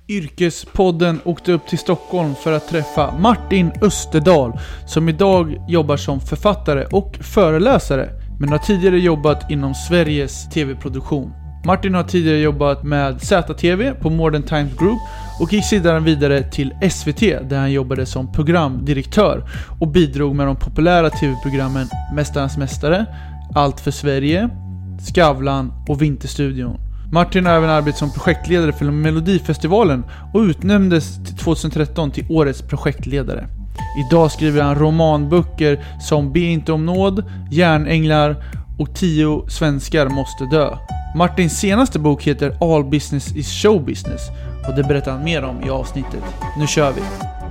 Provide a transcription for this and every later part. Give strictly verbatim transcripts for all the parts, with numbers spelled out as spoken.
Yrkespodden åkte upp till Stockholm för att träffa Martin Österdahl som idag jobbar som författare och föreläsare men har tidigare jobbat inom Sveriges tv-produktion. Martin har tidigare jobbat med Z T V på Modern Times Group och gick sedan vidare till S V T där han jobbade som programdirektör och bidrog med de populära tv-programmen Mästarnas mästare, Allt för Sverige, Skavlan och Vinterstudion. Martin har även arbetat som projektledare för Melodifestivalen och utnämndes till tjugohundratretton till årets projektledare. Idag skriver han romanböcker som Be inte om nåd, Järnänglar och Tio svenskar måste dö. Martins senaste bok heter All Business is Show Business och det berättar han mer om i avsnittet. Nu kör vi!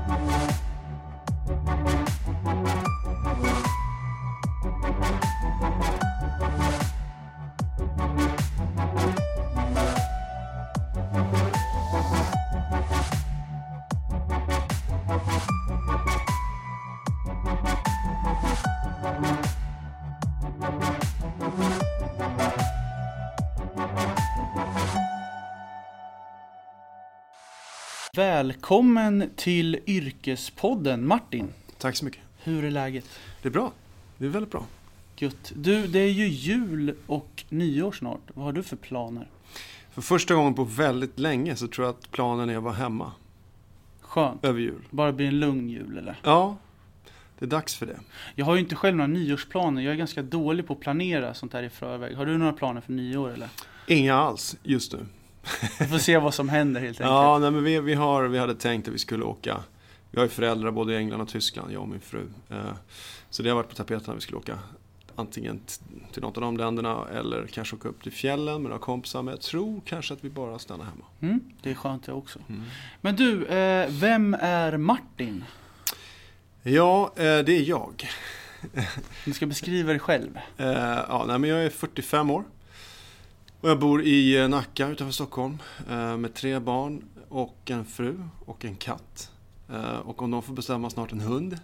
Välkommen till Yrkespodden, Martin. Tack så mycket. Hur är läget? Det är bra. Det är väldigt bra. Gött. Du, det är ju jul och nyår snart. Vad har du för planer? För första gången på väldigt länge så tror jag att planen är att vara hemma. Skönt. Över jul. Bara bli en lugn jul, eller? Ja, det är dags för det. Jag har ju inte själv några nyårsplaner. Jag är ganska dålig på att planera sånt här i förväg. Har du några planer för nyår, eller? Inga alls, just nu. Vi får se vad som händer helt enkelt. Ja, nej, men vi, vi, har, vi hade tänkt att vi skulle åka. Vi har ju föräldrar både i England och Tyskland, jag och min fru. Så det har varit på tapeten att vi skulle åka antingen till något av de länderna eller kanske åka upp till fjällen med några kompisar. Men jag tror kanske att vi bara stannar hemma. Mm, det är skönt det också. Mm. Men du, eh, vem är Martin? Ja, eh, det är jag. Du ska beskriva dig själv. Eh, ja, nej, men jag är fyrtiofem år. Och jag bor i Nacka utanför Stockholm eh, med tre barn och en fru och en katt. Eh, och om de får bestämma snart en hund.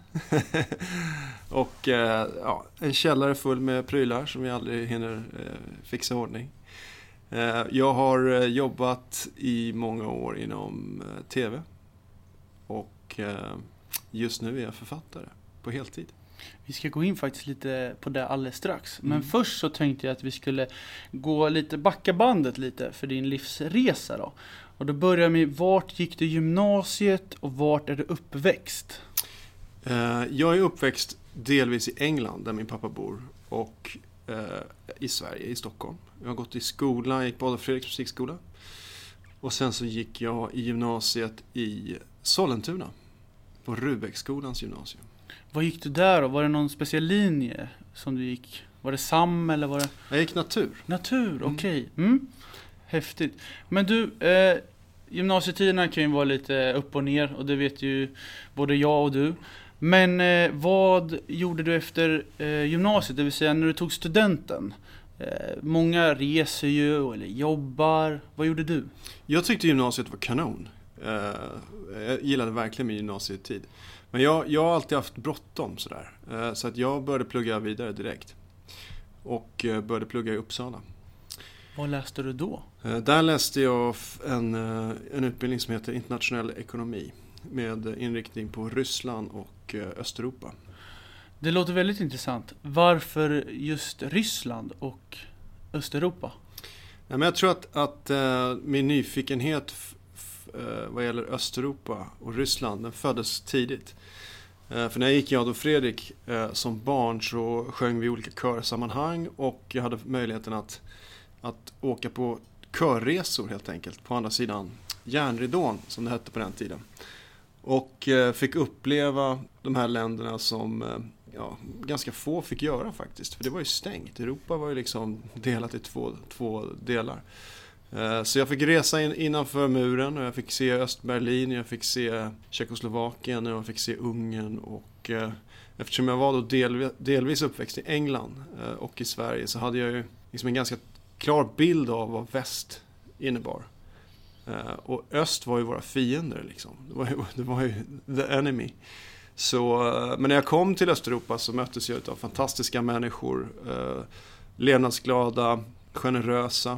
och eh, ja, en källare full med prylar som vi aldrig hinner eh, fixa ordning. Eh, jag har eh, jobbat i många år inom eh, tv. Och eh, just nu är jag författare på heltid. Vi ska gå in faktiskt lite på det alldeles strax. Men mm. först så tänkte jag att vi skulle gå lite, backa bandet lite för din livsresa då. Och då börjar med, vart gick du gymnasiet och vart är du uppväxt? Uh, jag är uppväxt delvis i England där min pappa bor och uh, i Sverige, i Stockholm. Jag har gått i skolan, jag gick på Adolf Fredriks musikskola. Och sen så gick jag i gymnasiet i Sollentuna på Rubäcksskolans gymnasium. Vad gick du där då? Var det någon speciell linje som du gick? Var det SAM eller var det? Jag gick natur. Natur, okej. Okay. Mm. Häftigt. Men du, eh, gymnasietiderna kan ju vara lite upp och ner och det vet ju både jag och du. Men eh, vad gjorde du efter eh, gymnasiet, det vill säga när du tog studenten? Eh, många reser ju eller jobbar. Vad gjorde du? Jag tyckte gymnasiet var kanon. Eh, jag gillade verkligen min gymnasietid. Men jag, jag har alltid haft bråttom sådär. Eh, så att jag började plugga vidare direkt. Och eh, började plugga i Uppsala. Vad läste du då? Eh, där läste jag en, eh, en utbildning som heter internationell ekonomi. Med inriktning på Ryssland och eh, Östeuropa. Det låter väldigt intressant. Varför just Ryssland och Östeuropa? Ja, men jag tror att, att eh, min nyfikenhet f- f- eh, vad gäller Östeuropa och Ryssland, den föddes tidigt. Eh, för när jag gick i Adolf Fredrik eh, som barn så sjöng vi i olika körsammanhang och jag hade möjligheten att, att åka på körresor helt enkelt på andra sidan järnridån som det hette på den tiden. Och eh, fick uppleva de här länderna som eh, ja, ganska få fick göra faktiskt. För det var ju stängt. Europa var ju liksom delat i två, två delar. Eh, så jag fick resa in, innanför muren och jag fick se Östberlin, jag fick se Tjeckoslovakien och jag fick se Ungern. Och eh, eftersom jag var då delvis, delvis uppväxt i England eh, och i Sverige så hade jag ju liksom en ganska klar bild av vad väst innebar. Uh, och öst var ju våra fiender liksom. Det var ju, det var ju the enemy. Så, uh, men när jag kom till Östeuropa så möttes jag av fantastiska människor. Uh, levnadsglada, generösa.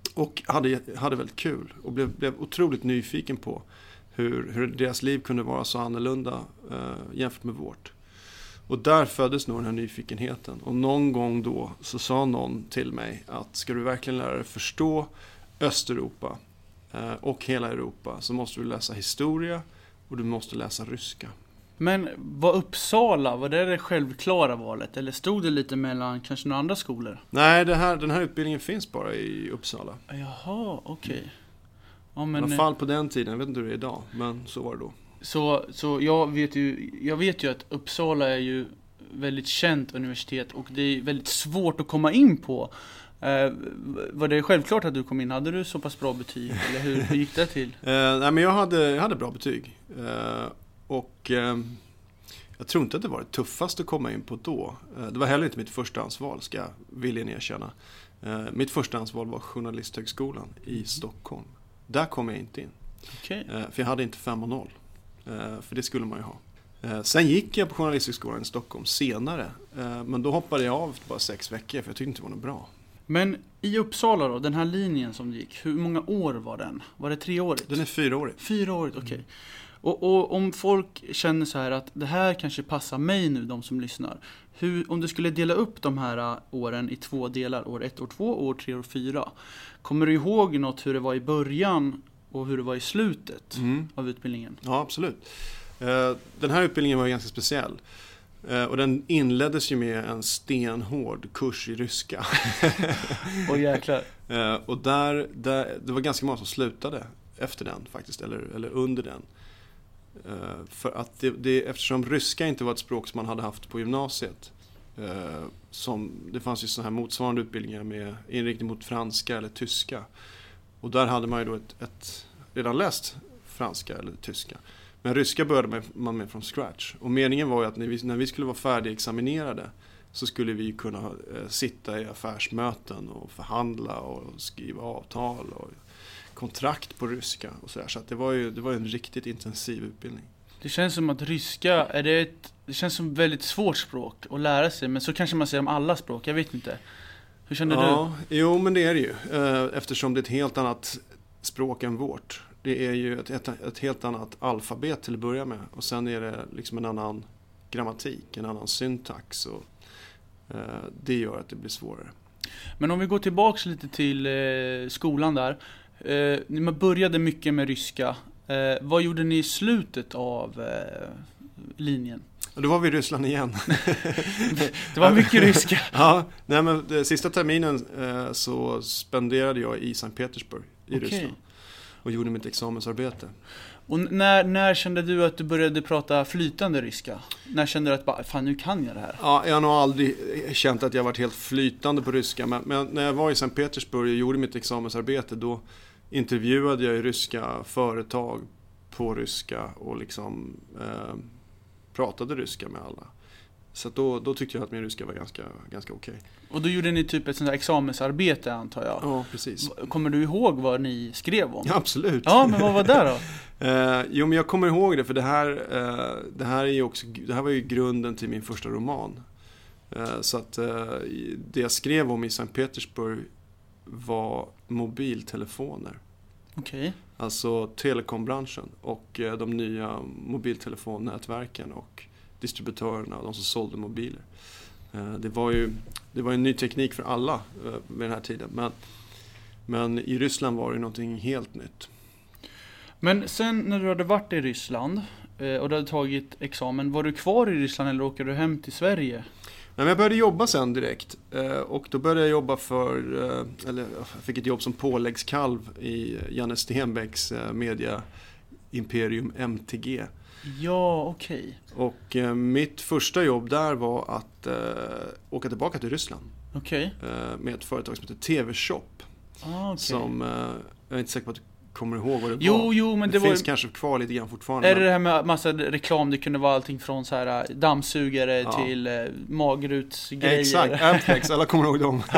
Och hade, hade väldigt kul och blev, blev otroligt nyfiken på hur, hur deras liv kunde vara så annorlunda eh, jämfört med vårt. Och där föddes nog den här nyfikenheten. Och någon gång då så sa någon till mig att ska du verkligen lära dig förstå Östeuropa eh, och hela Europa så måste du läsa historia och du måste läsa ryska. Men var Uppsala, var det det självklara valet? Eller stod det lite mellan kanske några andra skolor? Nej, det här, den här utbildningen finns bara i Uppsala. Jaha, okej. Okay. Ja, I alla fall på den tiden, jag vet inte hur det är idag, men så var det då. Så, så jag, vet ju, jag vet ju att Uppsala är ju väldigt känt universitet och det är väldigt svårt att komma in på. Eh, var det självklart att du kom in? Hade du så pass bra betyg? Eller hur, hur gick det till? eh, nej, men jag hade, jag hade bra betyg. Eh, och eh, jag tror inte att det var det tuffaste att komma in på då. Eh, det var heller inte mitt förstahandsval, ska jag vilja erkänna. Eh, mitt förstahandsval var Journalisthögskolan i Stockholm. Där kom jag inte in. Okay. Eh, för jag hade inte fem och noll. Eh, för det skulle man ju ha. Eh, sen gick jag på Journalisthögskolan i Stockholm senare. Eh, men då hoppade jag av bara sex veckor för jag tyckte inte det var något bra. Men i Uppsala då, den här linjen som gick, hur många år var den? Var det treårigt? Den är fyraårig. Fyraårigt, okej. Okay. Och, och om folk känner så här att det här kanske passar mig nu, de som lyssnar. Hur, om du skulle dela upp de här åren i två delar, år ett, år två, år tre, år fyra. Kommer du ihåg något hur det var i början och hur det var i slutet mm. av utbildningen? Ja, absolut. Den här utbildningen var ganska speciell. Och den inleddes ju med en stenhård kurs i ryska. Åh jäklar. Och där, där, det var ganska många som slutade efter den faktiskt, eller, eller under den. För att det, det, eftersom ryska inte var ett språk som man hade haft på gymnasiet. Som, det fanns ju sådana här motsvarande utbildningar med inriktning mot franska eller tyska. Och där hade man ju då ett, ett, redan läst franska eller tyska. Men ryska började man med från scratch. Och meningen var ju att när vi, när vi skulle vara färdigexaminerade så skulle vi kunna eh, sitta i affärsmöten och förhandla och skriva avtal och kontrakt på ryska och sådär. Så att det var ju det var en riktigt intensiv utbildning. Det känns som att ryska är det ett, det känns som ett väldigt svårt språk att lära sig, men så kanske man säger om alla språk, jag vet inte. Hur känner ja, du? Jo, men det är det ju. Eh, eftersom det är ett helt annat språk än vårt. Det är ju ett, ett, ett helt annat alfabet till att börja med. Och sen är det liksom en annan grammatik, en annan syntax. Och, eh, det gör att det blir svårare. Men om vi går tillbaka lite till eh, skolan där. Eh, ni började mycket med ryska. Eh, vad gjorde ni i slutet av eh, linjen? Och då var vi i Ryssland igen. Det var mycket ryska. Ja, nej, men det, sista terminen eh, så spenderade jag i Sankt Petersburg i okay. Ryssland. Och gjorde mitt examensarbete. Och när, när kände du att du började prata flytande ryska? När kände du att bara, fan nu kan jag det här? Ja, jag har nog aldrig känt att jag varit helt flytande på ryska. Men, men när jag var i Sankt Petersburg och gjorde mitt examensarbete, då intervjuade jag i ryska företag på ryska och liksom eh, pratade ryska med alla. Så då, då tyckte jag att min ryska var ganska, ganska okej. Okay. Och då gjorde ni typ ett sånt här examensarbete, antar jag? Ja, precis. Kommer du ihåg vad ni skrev om? Ja, absolut. Ja, men vad var det då? eh, jo, men jag kommer ihåg det, för det här, eh, det här, är ju också, det här var ju grunden till min första roman. Eh, så att eh, det jag skrev om i Sankt Petersburg var mobiltelefoner. Okej. Okay. Alltså telekombranschen och eh, de nya mobiltelefonnätverken och distributörerna och de som sålde mobiler. Det var ju det var en ny teknik för alla med den här tiden. Men, men i Ryssland var det någonting helt nytt. Men sen när du hade varit i Ryssland och du hade tagit examen, var du kvar i Ryssland eller åkte du hem till Sverige? Nej, men jag började jobba sen direkt. Och då började jag jobba för, eller jag fick ett jobb som påläggskalv i Janne Stenbecks media Imperium M T G. Ja, okej. Okay. Och eh, mitt första jobb där var att eh, åka tillbaka till Ryssland. Okej. Okay. Eh, med ett företag som heter T V-shop. Ah, okay. Som, eh, jag är inte säker på att du kommer ihåg vad det jo, var. Jo, men det, det finns var... kanske kvar lite grann fortfarande. Är det det här med massa reklam? Det kunde vara allting från så här dammsugare ja. till eh, magrutsgrejer. Exakt, Amplex, alla kommer ihåg dem.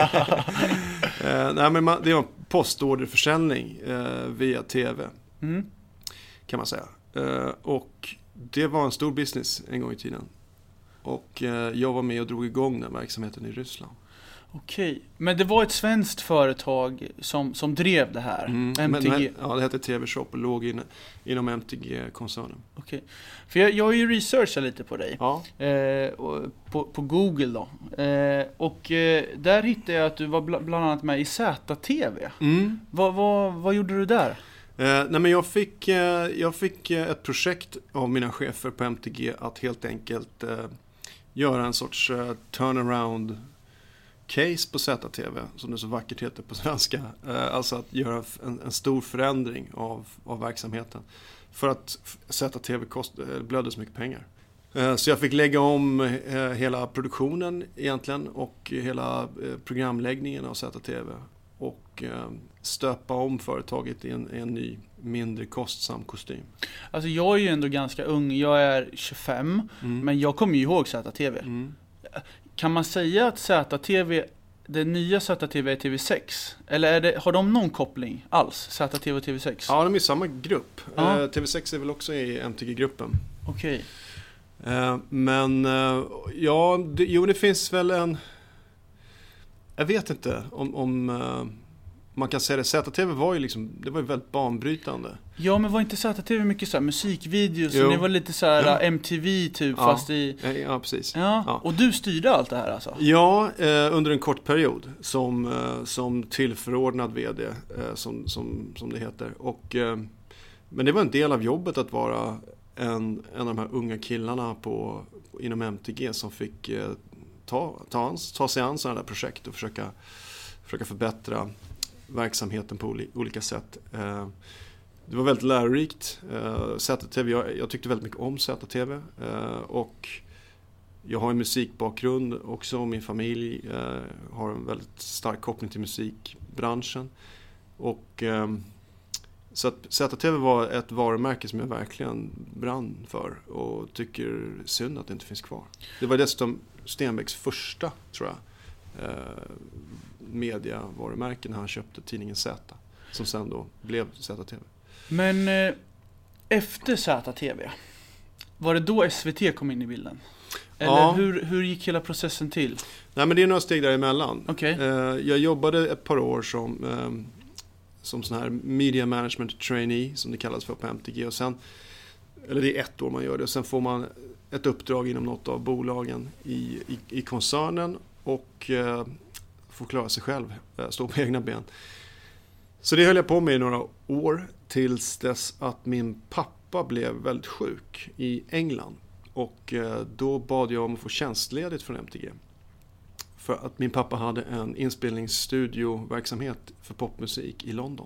eh, nej, men man, det var postorderförsäljning eh, via T V. Mm. Kan man säga. Uh, och det var en stor business en gång i tiden. Och uh, jag var med och drog igång den verksamheten i Ryssland. Okej, men det var ett svenskt företag som, som drev det här, Mm, M T G? Men, men, ja, det hette T V-shop och låg in, inom M T G-koncernen. Okej, för jag, jag har ju researchat lite på dig, Ja. eh, och, på, på Google då, eh, och eh, där hittade jag att du var bl- bland annat med i Z T V. Mm. Vad, vad, vad gjorde du där? Eh, nej men jag fick, eh, jag fick eh, ett projekt av mina chefer på M T G att helt enkelt eh, göra en sorts eh, turnaround case på Z T V, som det så vackert heter på svenska. Eh, alltså att göra en, en stor förändring av, av verksamheten. För att Z T V kost, eh, blödde så mycket pengar. Eh, så jag fick lägga om eh, hela produktionen egentligen och hela eh, programläggningen av Z T V. Och eh, stöpa om företaget i en, i en ny, mindre kostsam kostym. Alltså jag är ju ändå ganska ung, jag är tjugofem, Mm. men jag kommer ju ihåg Z T V. Mm. Kan man säga att Z T V, den nya Z T V är T V sex? Eller är det, har de någon koppling alls, Z T V och T V sex? Ja, de är i samma grupp. Ja. Eh, T V sex är väl också i M T G-gruppen. Okej. Eh, men eh, ja, det, jo det finns väl en... Jag vet inte om, om eh, man kan säga det. Z T V var ju liksom, det var ju väldigt banbrytande. Ja, men var inte Z T V mycket så här musikvideos? Jo. Och det var lite så här Ja. M T V typ, Ja. fast i... Ja, ja precis. Ja. Ja. Och du styrde allt det här alltså? Ja, eh, under en kort period som, eh, som tillförordnad vd, eh, som, som, som det heter. Och, eh, men det var en del av jobbet att vara en, en av de här unga killarna på, inom M T G som fick eh, ta, ta, ans, ta sig an sådana där projekt och försöka, försöka förbättra verksamheten på oli, olika sätt. Eh, det var väldigt lärorikt. Eh, Z T V, jag, jag tyckte väldigt mycket om Z T V eh, och jag har en musikbakgrund också och min familj eh, har en väldigt stark koppling till musikbranschen. Och, eh, så att Z T V var ett varumärke som jag verkligen brann för och tycker synd att det inte finns kvar. Det var dessutom Stenbecks första, tror jag, eh, media-varumärke när han köpte tidningen Z, som sen då blev Z T V. Men eh, efter Z T V, var det då S V T kom in i bilden? Eller Ja. hur, hur gick hela processen till? Nej, men det är några steg däremellan. Okej. Eh, jag jobbade ett par år som, eh, som sån här media management trainee, som det kallas för på M T G. Och sen, eller det är ett år man gör det. Och sen får man ett uppdrag inom något av bolagen i, i, i koncernen och eh, får klara sig själv, eh, stå på egna ben. Så det höll jag på med i några år tills dess att min pappa blev väldigt sjuk i England. Och eh, då bad jag om att få tjänstledigt från M T G. För att min pappa hade en inspelningsstudioverksamhet för popmusik i London.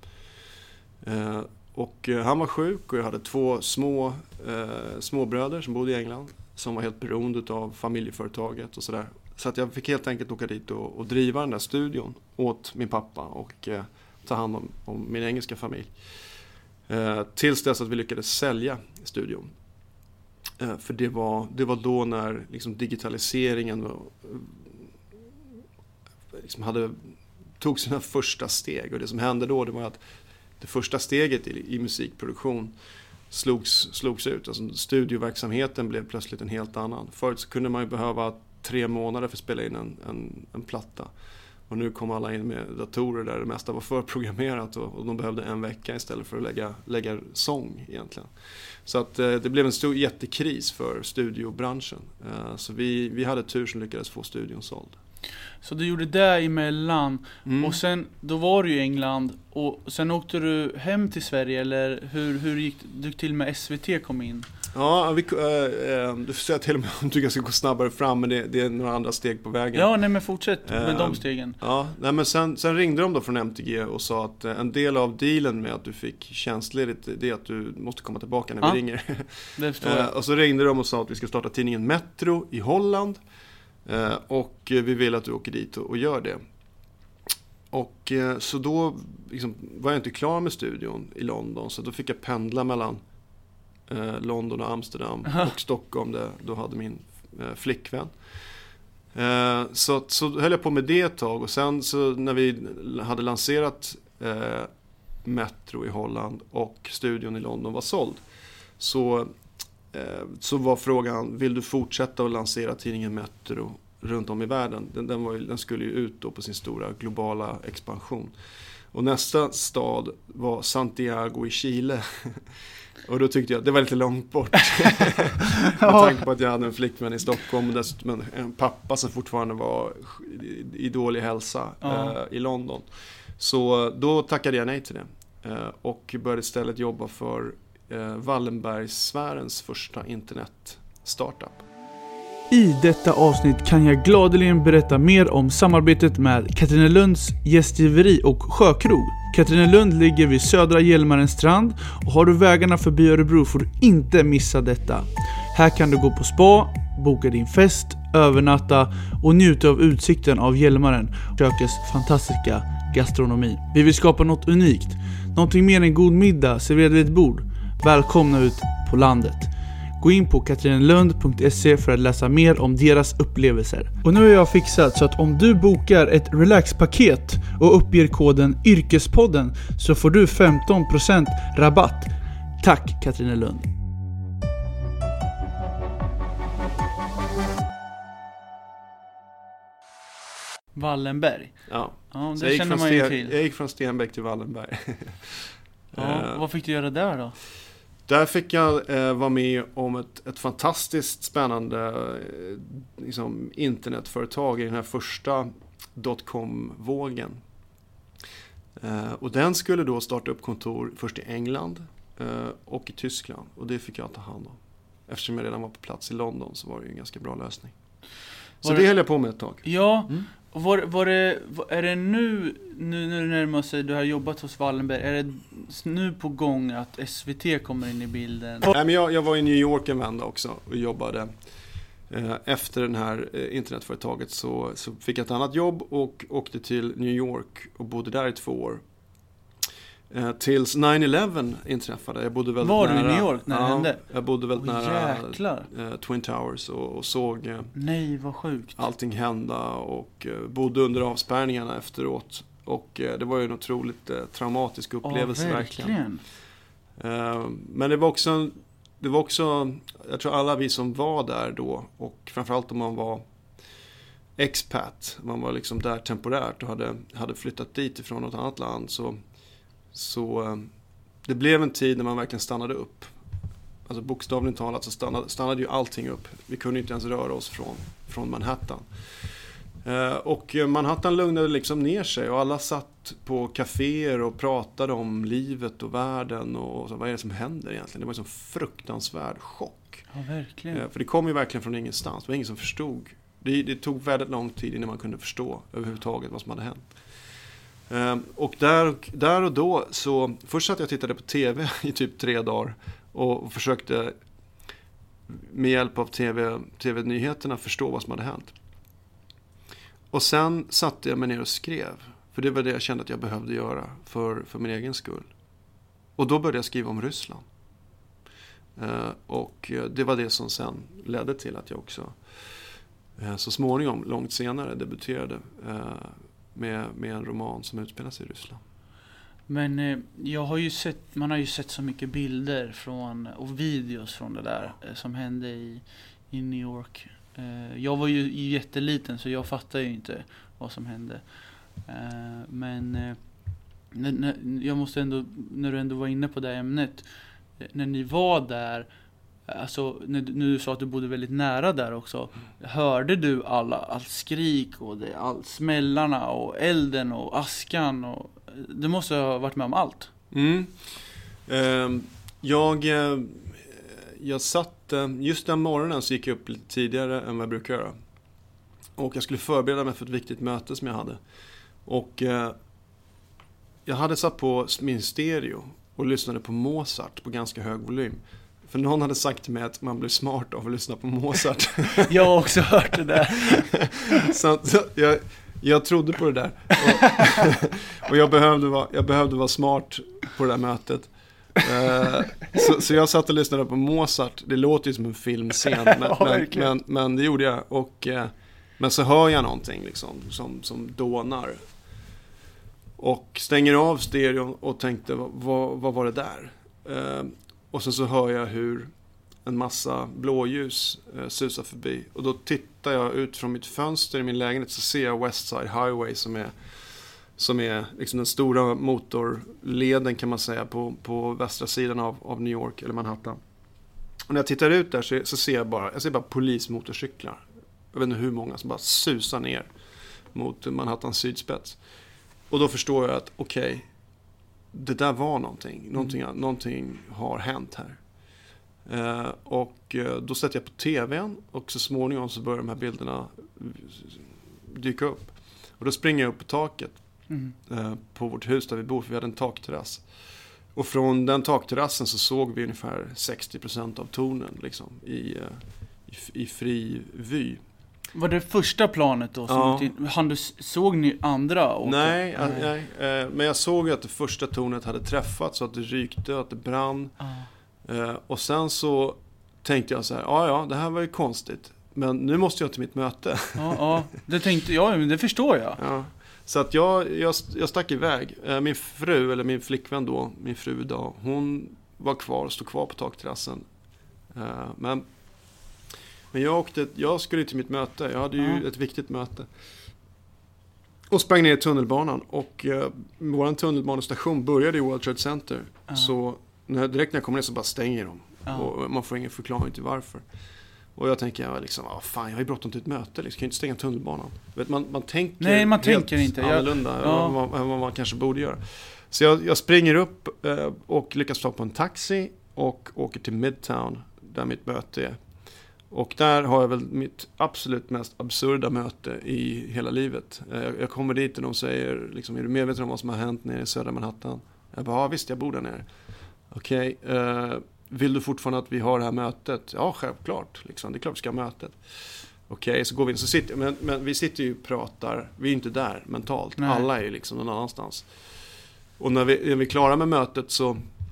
Eh, och eh, han var sjuk och jag hade två små eh, småbröder som bodde i England. Som var helt beroende av familjeföretaget och sådär. Så att jag fick helt enkelt åka dit och, och driva den där studion åt min pappa och eh, ta hand om, om min engelska familj. Eh, tills dess att vi lyckades sälja studion. Eh, för det var, det var då när liksom, digitaliseringen var, liksom hade, tog sina första steg. Och det som hände då, det var att det första steget i, i musikproduktion slogs, slogs ut. Alltså studioverksamheten blev plötsligt en helt annan. Förut så kunde man ju behöva tre månader för att spela in en, en, en platta. Och nu kom alla in med datorer där det mesta var förprogrammerat och, och de behövde en vecka istället för att lägga, lägga sång egentligen. Så att eh, det blev en stor jättekris för studiobranschen. Eh, så vi, vi hade tur som lyckades få studion såld. Så du gjorde det emellan, Mm. och sen, då var du i England, och sen åkte du hem till Sverige, eller hur, hur gick du till med S V T kom in? Ja, vi, äh, äh, du får säga till och med om du ska gå snabbare fram, men det, det är några andra steg på vägen. Ja, nej men fortsätt med Äh, de stegen. Ja, nej, men sen, sen ringde de då från M T G och sa att äh, en del av dealen med att du fick tjänstledigt, det är att du måste komma tillbaka när Ja, vi ringer. Det förstår äh, jag. och så ringde de och sa att vi ska starta tidningen Metro i Holland. äh, och vi vill att du åker dit och, och gör det. Och äh, så då liksom, var jag inte klar med studion i London, så då fick jag pendla mellan Eh, London och Amsterdam och Stockholm, där då hade min eh, flickvän. Eh, så, så höll jag på med det ett tag, och sen så när vi hade lanserat eh, Metro i Holland och studion i London var såld, så, eh, så var frågan, vill du fortsätta att lansera tidningen Metro runt om i världen. Den, den, var ju, den skulle ju ut då på sin stora globala expansion. Och nästa stad var Santiago i Chile. Och då tyckte jag att det var lite långt bort. Med tanke på att jag hade en flickvän i Stockholm och dessutom en pappa som fortfarande var i dålig hälsa ja. eh, i London. Så då tackade jag nej till det. Eh, och började istället jobba för eh, Wallenbergsfärens första internet-startup. I detta avsnitt kan jag gladeligen berätta mer om samarbetet med Katrinelunds gästgiveri och sjökrog. Katrinelund ligger vid södra Hjälmarens strand och har du vägarna förbi Örebro får du inte missa detta. Här kan du gå på spa, boka din fest, övernatta och njuta av utsikten av Hjälmaren och kökets fantastiska gastronomi. Vi vill skapa något unikt, någonting mer än god middag serverad vid ett bord. Välkomna ut på landet. Gå in på katrinelund punkt se för att läsa mer om deras upplevelser. Och nu har jag fixat så att om du bokar ett relaxpaket och uppger koden Yrkespodden så får du femton procent rabatt. Tack Katrinelund. Wallenberg. Ja, ja det känner man ju till. Jag gick från Stenbeck till Wallenberg. Ja, vad fick du göra där då? Där fick jag eh, vara med om ett, ett fantastiskt spännande eh, liksom, internetföretag i den här första dotcom-vågen. Eh, och den skulle då starta upp kontor först i England eh, och i Tyskland. Och det fick jag ta hand om. Eftersom jag redan var på plats i London så var det ju en ganska bra lösning. Så det, det höll jag på med ett tag. Ja, mm. och var, var det, är det nu, nu när du närmar sig, du har jobbat hos Wallenberg, är det nu på gång att S V T kommer in i bilden? Nej, men jag, jag var i New York en vända också och jobbade. Eh, efter den här eh, internetföretaget så, så fick jag ett annat jobb och åkte till New York och bodde där i två år. Eh, tills nine eleven inträffade. Jag bodde väldigt var nära. Var du i New York när det ja, hände? Jag bodde väldigt oh, nära eh, Twin Towers och, och såg eh, Nej, vad sjukt. allting hända och eh, bodde under avspärrningarna efteråt. Och eh, det var ju en otroligt eh, traumatisk upplevelse. Oh, verkligen. verkligen. Eh, men det var också det var också, jag tror alla vi som var där då och framförallt om man var expat, man var liksom där temporärt och hade, hade flyttat dit ifrån något annat land så Så det blev en tid när man verkligen stannade upp. Alltså bokstavligt talat så stannade, stannade ju allting upp. Vi kunde inte ens röra oss från, från Manhattan. Eh, och Manhattan lugnade liksom ner sig och alla satt på kaféer och pratade om livet och världen och så, vad är det som händer egentligen? Det var en sån fruktansvärd chock. Ja, verkligen. Eh, för det kom ju verkligen från ingenstans. Det var ingen som förstod. Det, det tog väldigt lång tid innan man kunde förstå överhuvudtaget vad som hade hänt. Um, och där, där och då så först satt jag och tittade på tv i typ tre dagar och, och försökte med hjälp av tv, tv-nyheterna förstå vad som hade hänt. Och sen satte jag mig ner och skrev, för det var det jag kände att jag behövde göra för, för min egen skull. Och då började jag skriva om Ryssland. Uh, och det var det som sen ledde till att jag också uh, så småningom, långt senare, debuterade uh, Med, med en roman som utspelar sig i Ryssland. Men eh, jag har ju sett, man har ju sett så mycket bilder från, och videos från det där eh, som hände i, i New York. Eh, jag var ju jätteliten så jag fattar ju inte vad som hände. Eh, men eh, när, när, jag måste ändå, när du ändå var inne på det ämnet, eh, när ni var där, alltså när, när du sa att du bodde väldigt nära där också, mm. hörde du alla all skrik och det, all smällarna och elden och askan och du måste ha varit med om allt. Mm. Eh, jag jag satt just den morgonen så gick jag upp lite tidigare än vad jag brukar göra. Och jag skulle förbereda mig för ett viktigt möte som jag hade. Och eh, jag hade satt på min stereo och lyssnade på Mozart på ganska hög volym. För någon hade sagt till mig att man blir smart av att lyssna på Mozart. Jag har också hört det där. så, så jag, jag trodde på det där. Och, och jag, behövde vara, jag behövde vara smart på det där mötet. Uh, så, så jag satt och lyssnade på Mozart. Det låter ju som en filmscen. Men, ja, men, men, men det gjorde jag. Och, uh, men så hör jag någonting liksom, som, som dånar. Och stänger av stereon och tänkte, vad, vad var det där? Uh, Och sen så hör jag hur en massa blåljus eh, susar förbi. Och då tittar jag ut från mitt fönster i min lägenhet, så ser jag West Side Highway som är, som är liksom den stora motorleden kan man säga på, på västra sidan av, av New York eller Manhattan. Och när jag tittar ut där så, så ser jag bara, jag ser bara polismotorcyklar. Jag vet inte hur många som bara susar ner mot Manhattans sydspets. Och då förstår jag att okej, okay, det där var någonting. Någonting, mm. någonting har hänt här. Eh, och eh, då sätter jag på tvn och så småningom så börjar de här bilderna dyka upp. Och då springer jag upp på taket mm. eh, på vårt hus där vi bor, för vi hade en takterrass. Och från den takterrassen så såg vi ungefär sextio procent av tornen liksom, i, eh, i, i fri vy. Var det första planet då? Som ja. till, han, du, såg ni andra? Och nej, nej. nej eh, men jag såg att det första tornet hade träffat, så att det rykte och att det brann. Ah. Eh, och sen så tänkte jag så här, ja ja, det här var ju konstigt. Men nu måste jag till mitt möte. Ja, ja. Det tänkte jag, men det förstår jag. Ja. Så att jag, jag, jag stack iväg. Eh, min fru, eller min flickvän då, min fru idag, hon var kvar och stod kvar på takterrassen. Eh, men Men jag åkte, jag skulle till mitt möte. Jag hade ju mm. ett viktigt möte. Och sprang ner i tunnelbanan. Och eh, vår tunnelbanestation började i World Trade Center. Mm. Så när, direkt när jag kommer ner så bara stänger de. Mm. Och man får ingen förklaring till varför. Och jag tänker, jag liksom, ah, fan, jag har ju bråttom till ett möte. Liksom. Kan ju inte stänga tunnelbanan. Vet, man, man tänker Nej, man helt tänker inte. annorlunda jag, ja. än vad, vad, vad man kanske borde göra. Så jag, jag springer upp eh, och lyckas ta på en taxi. Och åker till Midtown, där mitt möte är. Och där har jag väl mitt absolut mest absurda möte i hela livet. Jag kommer dit och de säger, liksom, är du medveten om vad som har hänt nere i södra Manhattan? Jag bara, ja visst, jag bor där nere. Okej, okay, uh, vill du fortfarande att vi har det här mötet? Ja, självklart. Liksom, det är klart vi ska ha mötet. Okej, okay, så går vi in. Så sitter, men, men vi sitter ju och pratar, vi är inte där mentalt. Nej. Alla är ju liksom någon annanstans. Och när vi, när vi är klara med mötet så...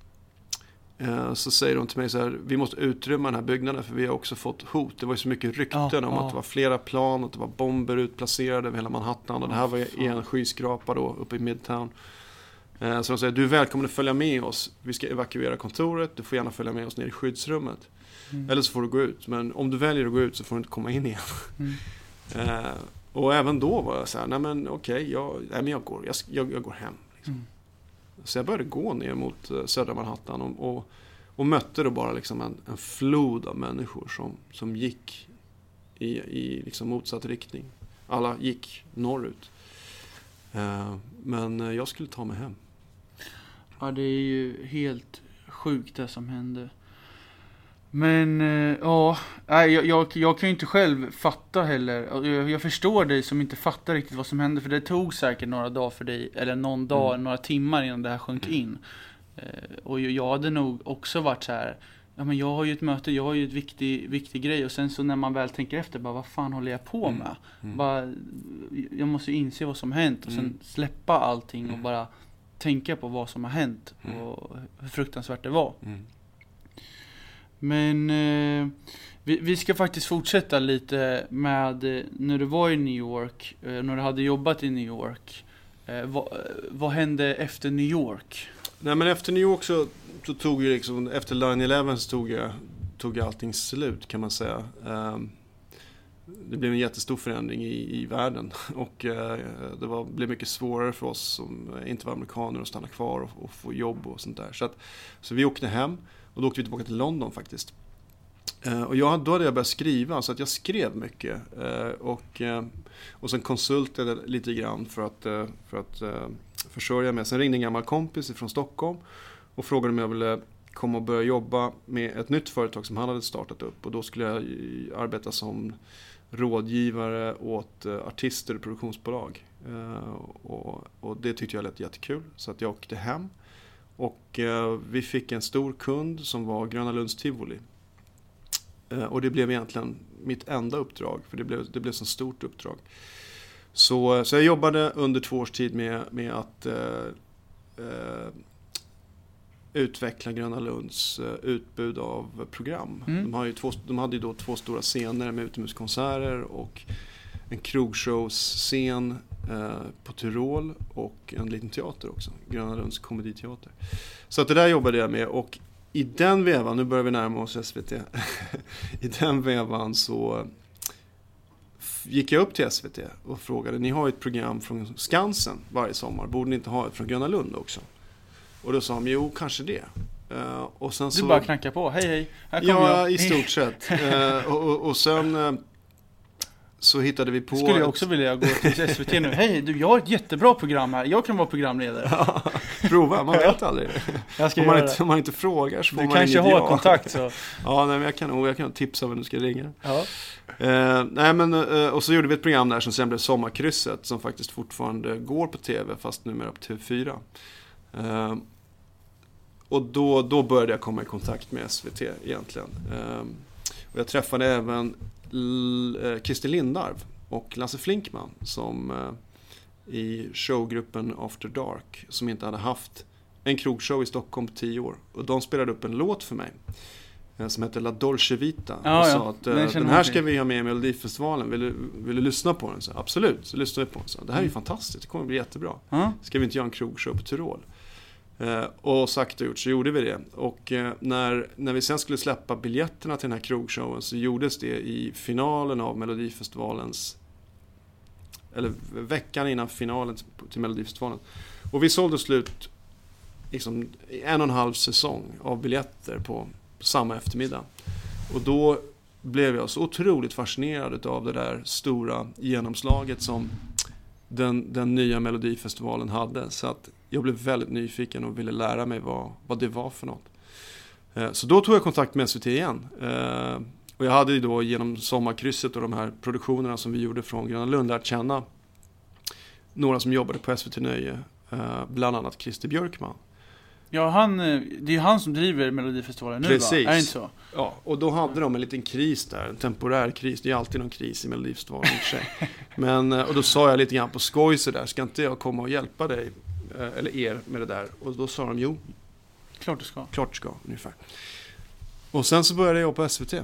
så säger de till mig så här, vi måste utrymma den här byggnaden för vi har också fått hot. Det var ju så mycket rykten ja, om ja. att det var flera plan och att det var bomber utplacerade över hela Manhattan. Och det här var ju en skyskrapa då uppe i Midtown. Så de säger, du är välkommen att följa med oss. Vi ska evakuera kontoret. Du får gärna följa med oss ner i skyddsrummet. Mm. Eller så får du gå ut. Men om du väljer att gå ut så får du inte komma in igen. Mm. Och även då var jag så här, nej men okej, okay, jag, nej, men jag, går, jag, jag, jag går hem. Liksom. Mm. Så jag började gå ner mot södra Manhattan och, och, och mötte då bara liksom en, en flod av människor som, som gick i, i liksom motsatt riktning. Alla gick norrut. Uh, men jag skulle ta mig hem. Ja, det är ju helt sjukt det som hände. Men uh, ja, jag, jag, jag kan ju inte själv fatta heller. Jag, jag förstår dig som inte fattar riktigt vad som hände. För det tog säkert några dagar för dig. Eller någon dag, mm. några timmar innan det här sjönk in. Uh, och jag, jag hade nog också varit så här. Ja, men jag har ju ett möte, jag har ju ett viktig, viktig grej. Och sen så när man väl tänker efter, bara, vad fan håller jag på med? Mm. Mm. Bara, jag måste ju inse vad som har hänt. Och sen mm. släppa allting och mm. bara tänka på vad som har hänt. Mm. Och hur fruktansvärt det var. Mm. Men eh, vi, vi ska faktiskt fortsätta lite med eh, när du var i New York, eh, när du hade jobbat i New York. Eh, vad, vad hände efter New York? Nej, men efter New York så, så tog ju liksom, efter nine eleven så tog jag, tog allting slut kan man säga. Um, det blev en jättestor förändring i, i världen och uh, det var, blev mycket svårare för oss som inte var amerikaner att stanna kvar och, och få jobb och sånt där. Så, att, så vi åkte hem. Och då åkte vi tillbaka till London faktiskt. Uh, och jag, då hade jag börjat skriva, så att jag skrev mycket. Uh, och, uh, och sen konsultade lite grann för att, uh, för att uh, försörja mig. Sen ringde en gammal kompis från Stockholm och frågade om jag ville komma och börja jobba med ett nytt företag som han hade startat upp. Och då skulle jag arbeta som rådgivare åt uh, artister och produktionsbolag. Uh, och, och det tyckte jag lät jättekul, så att jag åkte hem. Och eh, vi fick en stor kund som var Gröna Lunds Tivoli. Eh, och det blev egentligen mitt enda uppdrag, för det blev, det blev så stort uppdrag. Så, så jag jobbade under två års tid med, med att eh, eh, utveckla Gröna Lunds eh, utbud av program. Mm. De, har ju två, de hade ju då två stora scener med utomhuskonserter och en krogshowsscen eh, på Tyrol och en liten teater också, Gröna Lunds komediteater. Så att det där jobbade jag med, och i den vevan, nu börjar vi närma oss S V T. I den vevan så gick jag upp till S V T och frågade, ni har ett program från Skansen varje sommar, borde ni inte ha ett från Gröna Lund också? Och då sa de, jo, kanske det. Uh, och sen du så, bara knackar på, hej hej, här kommer ja, jag. i stort sett. uh, och, och, och sen uh, så hittade vi på... Skulle jag ett... också vilja gå till S V T nu. Hej, du, jag har ett jättebra program här, jag kan vara programledare. Ja, prova, man vet aldrig. Jag ska om, man göra inte, om man inte frågar så får du man kanske inget har ja. kontakt så. Ja, nej, men jag kan, jag kan tipsa vem du ska ringa. Ja. Uh, nej, men, uh, och så gjorde vi ett program där som sen blev Sommarkrysset, som faktiskt fortfarande går på tv, fast numera på T V fyra. Uh, Och då, då började jag komma i kontakt med S V T egentligen. Um, och jag träffade även L- uh, Christer Lindarw och Lasse Flinkman som uh, i showgruppen After Dark, som inte hade haft en krogshow i Stockholm på tio år. Och de spelade upp en låt för mig uh, som heter La Dolce Vita. Ja, och ja. sa att uh, den här ska vi ha med i Melodifestivalen. Vill du, vill du lyssna på den? Så, absolut, så lyssnade vi på den. Så, det här är ju fantastiskt, det kommer bli jättebra. Mm. Ska vi inte göra en krogshow på Tyrol? Uh, och sagt och gjort så gjorde vi det. Och uh, när, när vi sen skulle släppa biljetterna till den här krogshowen så gjordes det i finalen av Melodifestivalens, eller veckan innan finalen till Melodifestivalen. Och vi sålde slut liksom en och en halv säsong av biljetter på samma eftermiddag. Och då blev jag så otroligt fascinerad av det där stora genomslaget som den, den nya Melodifestivalen hade. Så att jag blev väldigt nyfiken och ville lära mig vad, vad det var för något. Eh, så då tog jag kontakt med S V T igen. Eh, och jag hade ju då genom Sommarkrysset och de här produktionerna som vi gjorde från Gröna Lund lärt känna några som jobbade på S V T Nöje. Eh, bland annat Christer Björkman. Ja, han, det är ju han som driver Melodifestivalen nu. Precis. Va? Är det inte så? Ja, och då hade de en liten kris där, en temporär kris. Det är alltid någon kris i Melodifestivalen i och för sig. Men, och då sa jag lite grann på skoj så där, ska inte jag komma och hjälpa dig eller er med det där? Och då sa de, jo, Klart du ska. klart du ska, ungefär. Och sen så började jag på S V T.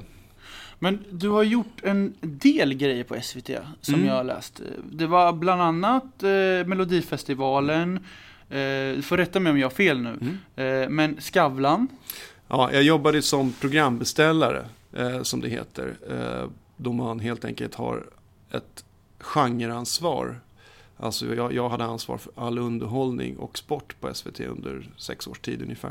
Men du har gjort en del grejer på S V T som Mm. jag har läst. Det var bland annat eh, Melodifestivalen. Eh, du får rätta mig om jag har fel nu. Mm. Eh, men Skavlan. Ja, jag jobbade som programbeställare, eh, som det heter. Eh, då man helt enkelt har ett genreansvar. Alltså jag, jag hade ansvar för all underhållning och sport på S V T under sex års tid ungefär.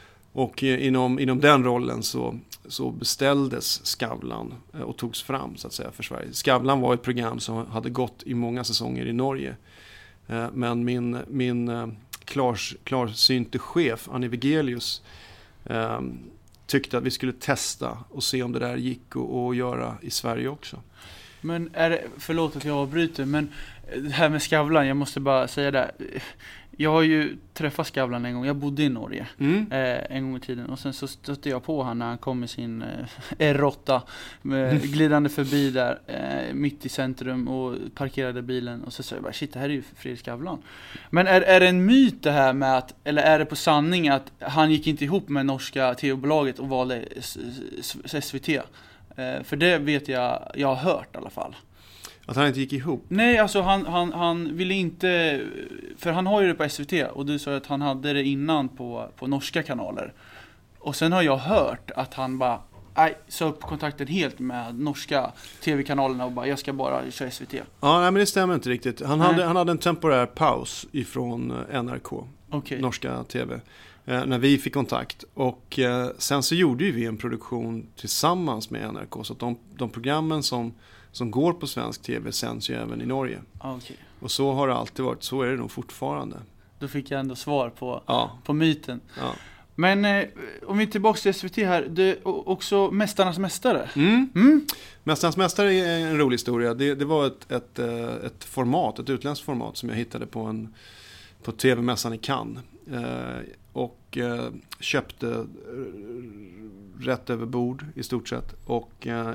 Och eh, inom, inom den rollen så, så beställdes Skavlan eh, och togs fram så att säga för Sverige. Skavlan var ett program som hade gått i många säsonger i Norge. Eh, men min, min eh, klars, klarsynte chef, Annie Wigelius, eh, tyckte att vi skulle testa och se om det där gick att, att göra i Sverige också. Men är det, förlåt att jag avbryter, men det här med Skavlan, jag måste bara säga det. Jag har ju träffat Skavlan en gång, jag bodde i Norge Mm. eh, en gång i tiden. Och sen så stötte jag på han när han kom med sin eh, R åtta med, glidande förbi där eh, mitt i centrum och parkerade bilen. Och så sa jag bara, shit, det här är ju Fredrik Skavlan. Men är, är det en myt det här med att, eller är det på sanning att han gick inte ihop med norska tv-bolaget och valde S- S- S V T? Eh, för det vet jag, jag har hört i alla fall. Att han inte gick ihop. Nej, alltså han, han, han ville inte, för han har ju det på S V T och du sa att han hade det innan på, på norska kanaler. Och sen har jag hört att han bara, nej, sa upp kontakten helt med norska tv-kanalerna och bara, jag ska bara köra S V T. Ja, nej, men det stämmer inte riktigt. Han Nej. hade, han hade en temporär paus ifrån eh, N R K, Okej. norska tv, eh, när vi fick kontakt. Och eh, sen så gjorde ju vi en produktion tillsammans med N R K. Så att de, de programmen som, som går på svensk tv sänds ju även i Norge. Ah, okej. Och så har det alltid varit, så är det nog fortfarande. Då fick jag ändå svar på, Ja, på myten. ja. Men eh, om vi är tillbaka till S V T här, det är också Mästarnas mästare. Mm. Mm? Mästarnas mästare är en rolig historia. Det, det var ett, ett, eh, ett format, ett utländskt format som jag hittade på, en, på tv-mässan i Cannes. Eh, och eh, köpte eh, rätt över bord i stort sett. Och eh,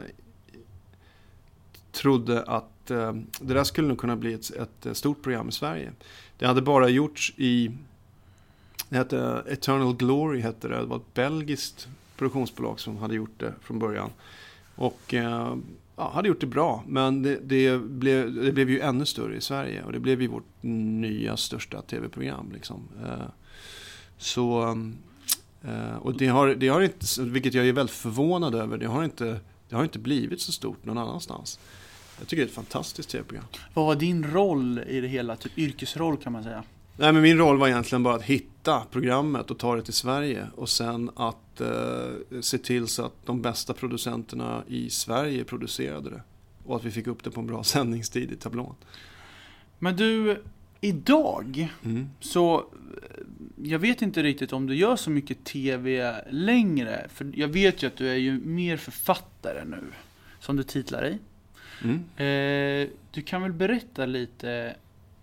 trodde att eh, det där skulle nog kunna bli ett, ett stort program i Sverige. Det hade bara gjorts i, det hette Eternal Glory hette det. Det var ett belgiskt produktionsbolag som hade gjort det från början. Och eh, ja, hade gjort det bra. Men det, det, blev, det blev ju ännu större i Sverige. Och det blev ju vårt nya största tv-program. Liksom. Eh, så Uh, och det har, det har inte, vilket jag är väldigt förvånad över, det har inte, det har inte blivit så stort någon annanstans. Jag tycker det är ett fantastiskt tv-program. Vad var din roll i det hela? Typ yrkesroll kan man säga. Nej, men min roll var egentligen bara att hitta programmet och ta det till Sverige. Och sen att eh, se till så att de bästa producenterna i Sverige producerade det. Och att vi fick upp det på en bra sändningstid i tablån. Men du, idag Mm. så... Jag vet inte riktigt om du gör så mycket tv längre. För jag vet ju att du är ju mer författare nu. Som du titlar dig. Mm. Eh, du kan väl berätta lite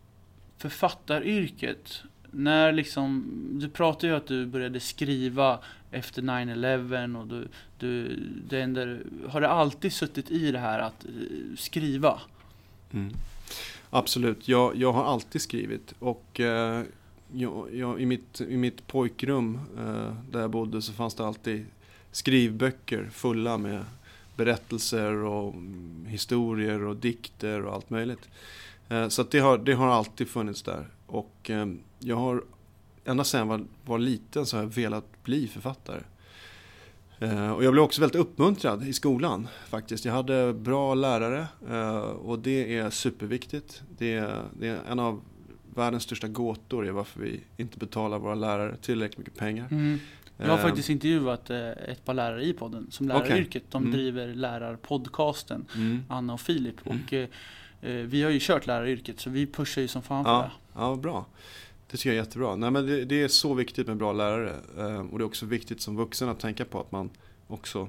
författaryrket. När liksom, du pratade ju att du började skriva efter nine eleven och du, du det enda, har det alltid suttit i det här att eh, skriva? Mm. Absolut, jag, jag har alltid skrivit och eh, jag, jag, i, mitt, i mitt pojkrum eh, där jag bodde så fanns det alltid skrivböcker fulla med berättelser och mm, historier och dikter och allt möjligt. Eh, så att det, har, det har alltid funnits där. Och eh, jag har, ända sedan jag var, var liten så har jag velat bli författare. Eh, och jag blev också väldigt uppmuntrad i skolan faktiskt. Jag hade bra lärare eh, och det är superviktigt. Det är, det är en av världens största gåtor är varför vi inte betalar våra lärare tillräckligt mycket pengar. Mm. Jag har faktiskt intervjuat ett par lärare i podden som läraryrket. De Mm. driver lärarpodcasten, Mm. Anna och Filip. Mm. Och eh, vi har ju kört läraryrket så vi pushar ju som fan för Ja, det. ja, bra. Det tycker jag är jättebra. Nej, men det, det är så viktigt med bra lärare. Eh, och det är också viktigt som vuxen att tänka på att man också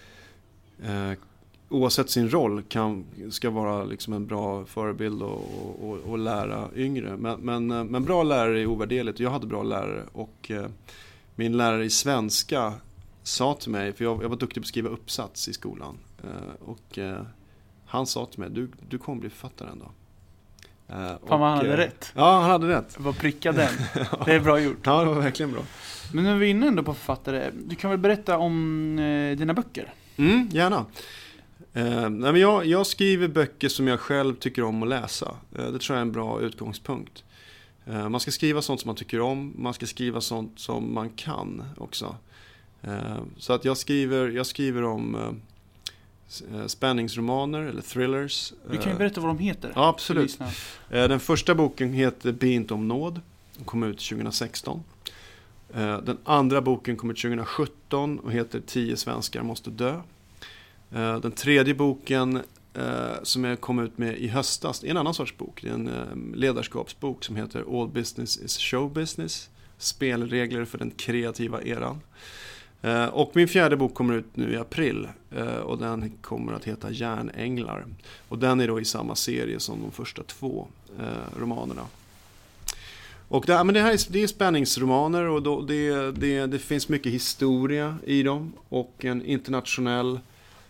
eh, oavsett sin roll kan, ska vara liksom en bra förebild och, och, och lära yngre. Men, men, men bra lärare är ovärderligt. Jag hade bra lärare och eh, min lärare i svenska sa till mig, för jag, jag var duktig på att skriva uppsats i skolan. Eh, och eh, han sa till mig, du, du kommer bli författare en dag. Eh, Fan, han hade eh, rätt. Ja, han hade rätt. Vad pricka den. Det är bra gjort. Ja, det var verkligen bra. Men nu är vi inne ändå på författare. Du kan väl berätta om eh, dina böcker? Mm, gärna. Eh, nej, men jag, jag skriver böcker som jag själv tycker om att läsa. Eh, det tror jag är en bra utgångspunkt. Eh, man ska skriva sånt som man tycker om. Man ska skriva sånt som man kan också. Eh, så att jag skriver, jag skriver om eh, spänningsromaner eller thrillers. Du kan ju berätta vad de heter. Ja, absolut. Eh, den första boken heter Be inte om nåd. Den kom ut tjugo sexton. Eh, den andra boken kom ut tjugo sjutton och heter Tio svenskar måste dö. Eh, den tredje boken eh, som jag kom ut med i höstas är en annan sorts bok. Det är en eh, ledarskapsbok som heter All business is show business. Spelregler för den kreativa eran. Eh, och min fjärde bok kommer ut nu i april eh, och den kommer att heta Järnänglar. Och den är då i samma serie som de första två eh, romanerna. Och det, men det här är, det är spänningsromaner och då, det, det, det finns mycket historia i dem och en internationell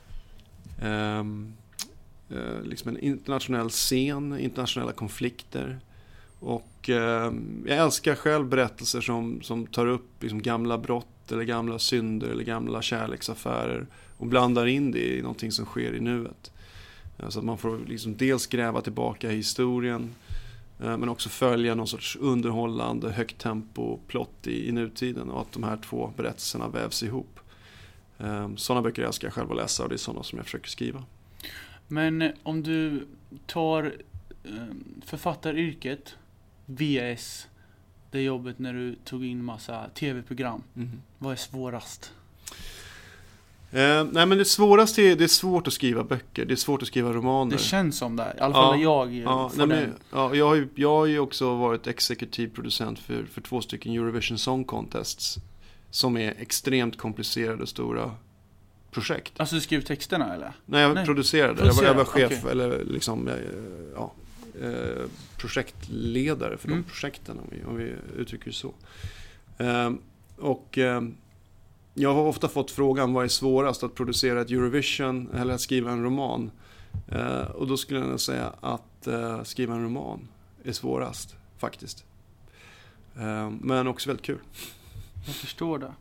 eh, eh, liksom en internationell scen, internationella konflikter. Och eh, jag älskar själv berättelser som, som tar upp liksom gamla brott eller gamla synder eller gamla kärleksaffärer och blandar in det i någonting som sker i nuet. Så att man får liksom dels gräva tillbaka i historien men också följa någon sorts underhållande högt tempo plott i, i nutiden och att de här två berättelserna vävs ihop. Sådana böcker älskar jag själv att läsa och det är sådana som jag försöker skriva. Men om du tar författaryrket vs det jobbet när du tog in massa tv-program. Mm. Vad är svårast? Eh, nej men det svåraste är det är svårt att skriva böcker. Det är svårt att skriva romaner. Det känns som det. I alla fall ja, jag ja, nej, men, ja, jag har ju jag har ju också varit exekutiv producent för, för två stycken Eurovision Song Contests som är extremt komplicerade och stora projekt. Alltså du skrev texterna eller? Nej, jag nej. producerade. Jag var, jag var chef okay. eller liksom ja, eh, projektledare för mm. de projekten om vi, om vi uttrycker det så. Eh, och eh, jag har ofta fått frågan vad är svårast att producera ett Eurovision eller att skriva en roman. Eh, och då skulle jag säga att eh, skriva en roman är svårast faktiskt. Eh, men också väldigt kul. Jag förstår det.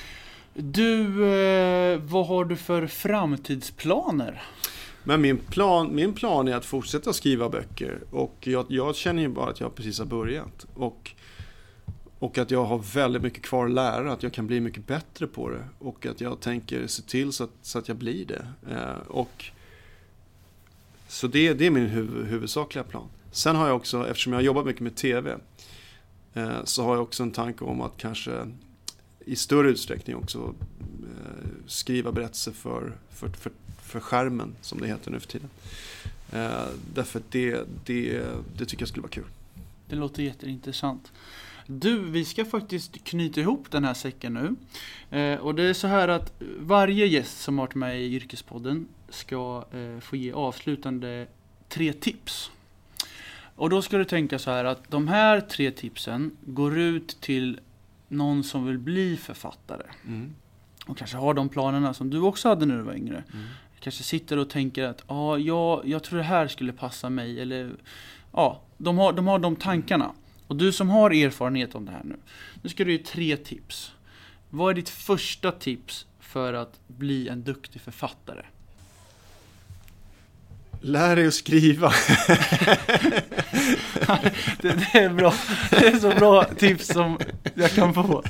Du, eh, vad har du för framtidsplaner? Men min plan, min plan är att fortsätta skriva böcker och jag, jag känner ju bara att jag precis har börjat och Och att jag har väldigt mycket kvar att lära, att jag kan bli mycket bättre på det. Och att jag tänker se till så att, så att jag blir det. Eh, och så det, det är min huv, huvudsakliga plan. Sen har jag också, eftersom jag har jobbat mycket med tv, eh, så har jag också en tanke om att kanske i större utsträckning också eh, skriva berättelser för, för, för, för skärmen, som det heter nu för tiden. Eh, därför att det, det, det tycker jag skulle vara kul. Det låter jätteintressant. Du, vi ska faktiskt knyta ihop den här säcken nu. Eh, och det är så här att varje gäst som har varit med i Yrkespodden ska eh, få ge avslutande tre tips. Och då ska du tänka så här att de här tre tipsen går ut till någon som vill bli författare. Mm. Och kanske har de planerna som du också hade när du var yngre. Mm. Kanske sitter och tänker att ah, ja, jag tror det här skulle passa mig. Eller ja, de har, de har de tankarna. Och du som har erfarenhet om det här nu. Nu ska du ge tre tips. Vad är ditt första tips för att bli en duktig författare? Lär dig att skriva. det, det är bra. Det är så bra tips som jag kan få.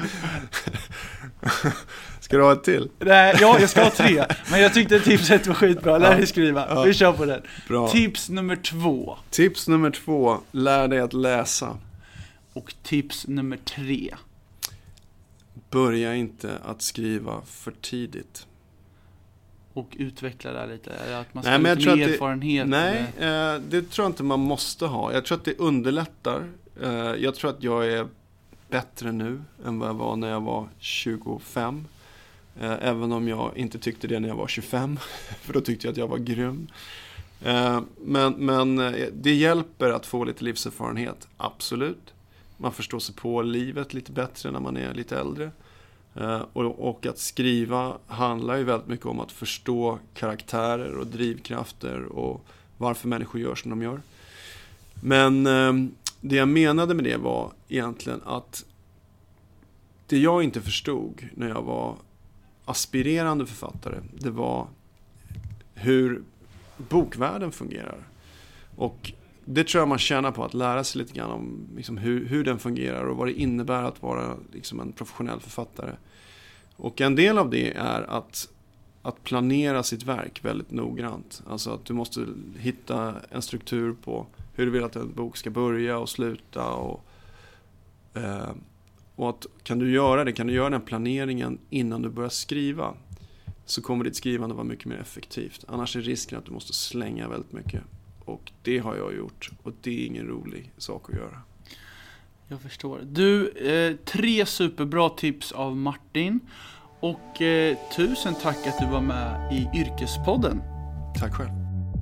Ska du ha ett till? Nej, ja, jag ska ha tre. Men jag tyckte tipset var skitbra. Lär dig skriva. Ja. Vi kör på den. Bra. Tips nummer två. Tips nummer två. Lär dig att läsa. Och tips nummer tre. Börja inte att skriva för tidigt. Och utveckla det lite. Att man ska Nej, men ha jag lite tror mer att det, erfarenhet. Nej, eller? eh, det tror jag inte man måste ha. Jag tror att det underlättar. Eh, jag tror att jag är bättre nu än vad jag var när jag var tjugofem. Eh, även om jag inte tyckte det när jag var tjugofem. För då tyckte jag att jag var grym. Eh, men, men det hjälper att få lite livserfarenhet. Absolut. Man förstår sig på livet lite bättre när man är lite äldre. Uh, och, och att skriva handlar ju väldigt mycket om att förstå karaktärer och drivkrafter och varför människor gör som de gör. Men uh, det jag menade med det var egentligen att det jag inte förstod när jag var aspirerande författare, det var hur bokvärlden fungerar. Och det tror jag man tjänar på, att lära sig lite grann om liksom hur, hur den fungerar och vad det innebär att vara liksom en professionell författare. Och en del av det är att, att planera sitt verk väldigt noggrant. Alltså att du måste hitta en struktur på hur du vill att en bok ska börja och sluta. Och, eh, och att kan du göra det, kan du göra den planeringen innan du börjar skriva, så kommer ditt skrivande vara mycket mer effektivt. Annars är risken att du måste slänga väldigt mycket. Och det har jag gjort. Och det är ingen rolig sak att göra. Jag förstår. Du, eh, tre superbra tips av Martin. Och eh, tusen tack att du var med i Yrkespodden. Tack själv.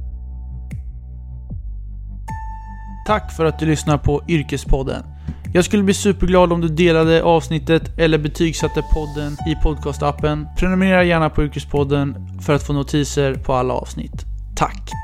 Tack för att du lyssnar på Yrkespodden. Jag skulle bli superglad om du delade avsnittet eller betygsatte podden i podcastappen. Prenumerera gärna på Yrkespodden för att få notiser på alla avsnitt. Tack!